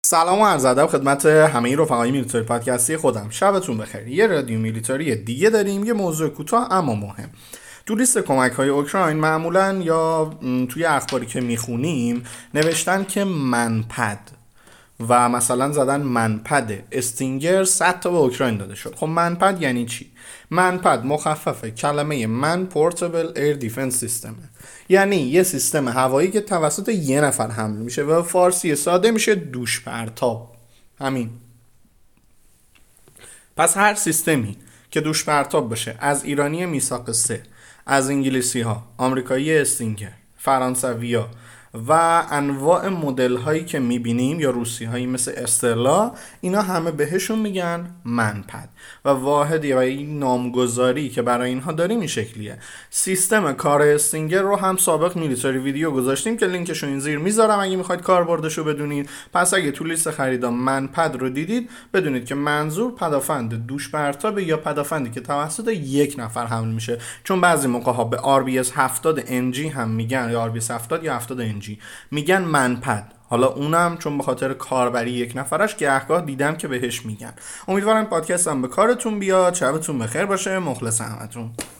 سلام و عرض ادب خدمت همه رفقای میلیتاری پادکستی خودم. شبتون بخیر. یه رادیو میلیتاری دیگه داریم، یه موضوع کوتاه اما مهم. تو لیست کمک‌های اوکراین معمولاً یا توی اخباری که میخونیم نوشتن که منپد و مثلا زدن منپد استینگر 100 تا به اوکراین داده شد. خب منپد یعنی چی؟ منپد مخفف کلمه من پورتبل ایر دیفنس سیستمه، یعنی یه سیستم هوایی که توسط یه نفر حمل میشه و فارسی ساده میشه دوش پرتاب. همین. پس هر سیستمی که دوش پرتاب بشه، از ایرانی میثاق 3، از انگلیسی ها، آمریکایی استینگر، فرانسویا و انواع مدل هایی که میبینیم یا روسی هایی مثل استرلا، اینا همه بهشون میگن منپد و واحدی و این نامگذاری که برای اینها داریم این شکلیه. سیستم کار استینگر رو هم سابق میلیتاری ویدیو گذاشتیم که لینکشو این زیر میذارم اگه میخواید کاربردشو بدونید. پس اگه تو لیست خریدا منپد رو دیدید بدونید که منظور پدافند دوش پرتاب یا پدافندی که توسط یک نفر حمل میشه، چون بعضی موقع ها به RBS 70 NG هم میگن یا RBS 70 یا 70 NG میگن منپد. حالا اونم چون به خاطر کاربری یک نفرش گهگاه دیدم که بهش میگن. امیدوارم پادکستم به کارتون بیاد. شبتون بخیر باشه. مخلص همتون.